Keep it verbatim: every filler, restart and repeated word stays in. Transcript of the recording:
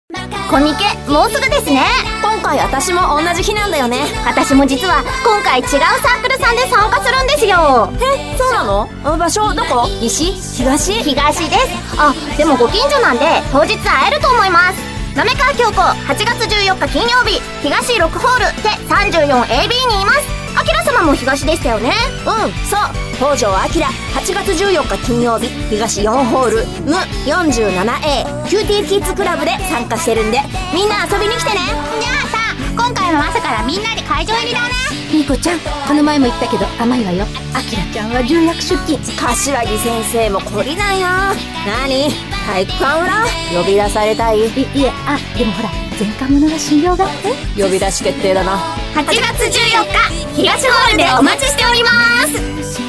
コミケもうすぐですね。 今回私も同じ日なんだよね。 私も実は今回違うサークルさんで参加するんですよ。 え、そうなの？場所どこ？西？東？ 東です。あ、でもご近所なんで当日会えると思います。なめかわ京子はちがつじゅうよっか金曜日、東ろくホールで さんじゅうよんエービー にいます。あきら様も東でしたよね。 うん、そう、東條あきらはちがつじゅうよっか金曜日、東よんホールむ よんじゅうななエー キューティーキッズクラブで参加してるんで、みんな遊びに来てね。 じゃあさ、今回も朝からみんなで会場入りだね。 みーこちゃん、この前も言ったけど甘いわよ。あきらちゃんは重役出勤。 柏木先生も懲りないな。何？体育館裏？呼び出されたい？いいえ、あ、でもほら前科者が診療がえ呼び出し決定だな。 はちがつじゅうよっか東ホールでお待ちしております。